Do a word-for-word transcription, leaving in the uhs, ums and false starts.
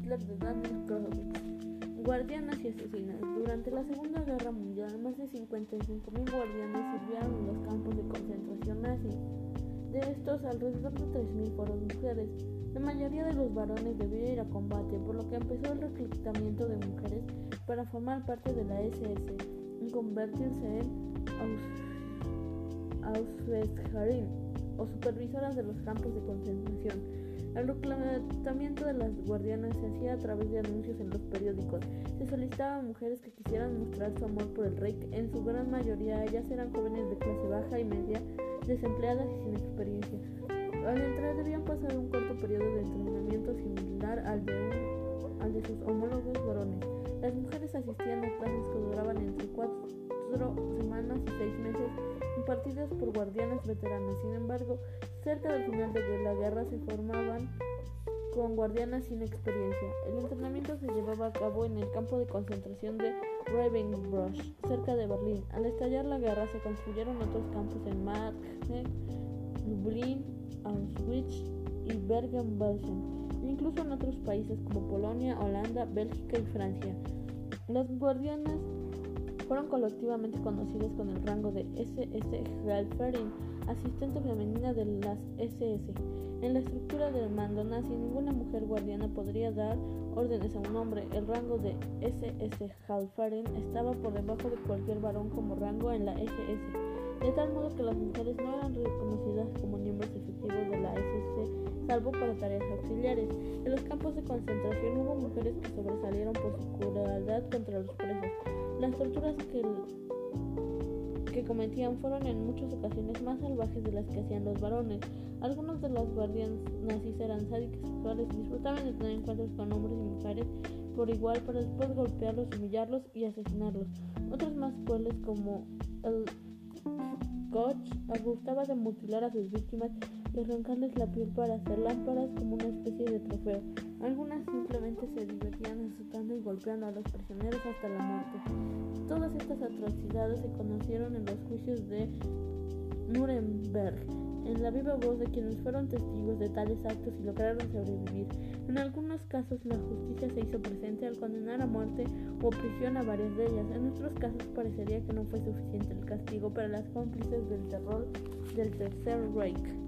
Hitler de Daniel Krauss. Guardianas y asesinas. Durante la Segunda Guerra Mundial, más de cincuenta y cinco mil guardianes sirvieron en los campos de concentración nazi. De estos, alrededor de tres mil fueron mujeres. La mayoría de los varones debía ir a combate, por lo que empezó el reclutamiento de mujeres para formar parte de la S S y convertirse en Auschwitz-Harin o supervisoras de los campos de concentración. El reclutamiento de las guardianas se hacía a través de anuncios en los periódicos. Se solicitaban mujeres que quisieran mostrar su amor por el Reich. En su gran mayoría, ellas eran jóvenes de clase baja y media, desempleadas y sin experiencia. Al entrar debían pasar un corto periodo de entrenamiento similar al de, un, al de sus homólogos varones. Las mujeres asistían a clases que duraban entre cuatro semanas y seis meses, impartidas por guardianas veteranas. Sin embargo, cerca del final de la guerra se formaban con guardianas sin experiencia. El entrenamiento se llevaba a cabo en el campo de concentración de Ravensbrück, cerca de Berlín. Al estallar la guerra, se construyeron otros campos en Magdeburg, Lublin, Auschwitz y Bergen-Belsen, e incluso en otros países como Polonia, Holanda, Bélgica y Francia. Las guardianas fueron colectivamente conocidas con el rango de S S Helferin, asistente femenina de las S S. En la estructura del mando nazi, ninguna mujer guardiana podría dar órdenes a un hombre. El rango de S S Helferin estaba por debajo de cualquier varón como rango en la S S, de tal modo que las mujeres no eran reconocidas como miembros efectivos de la S S, salvo para tareas auxiliares. En los campos de concentración hubo mujeres que sobresalieron por su crueldad contra los presos. Las torturas que, que cometían fueron en muchas ocasiones más salvajes de las que hacían los varones. Algunos de los guardianes nazis eran sádicos sexuales y disfrutaban de tener encuentros con hombres y mujeres por igual para después golpearlos, humillarlos y asesinarlos. Otros más crueles, como el Koch, gustaba de mutilar a sus víctimas y arrancarles la piel para hacer lámparas como una especie de trofeo. Algunas simplemente se divertían azotando y golpeando a los prisioneros hasta la muerte. Todas estas atrocidades se conocieron en los juicios de Nuremberg, en la viva voz de quienes fueron testigos de tales actos y lograron sobrevivir. En algunos casos la justicia se hizo presente al condenar a muerte o prisión a varias de ellas. En otros casos parecería que no fue suficiente el castigo para las cómplices del terror del Tercer Reich.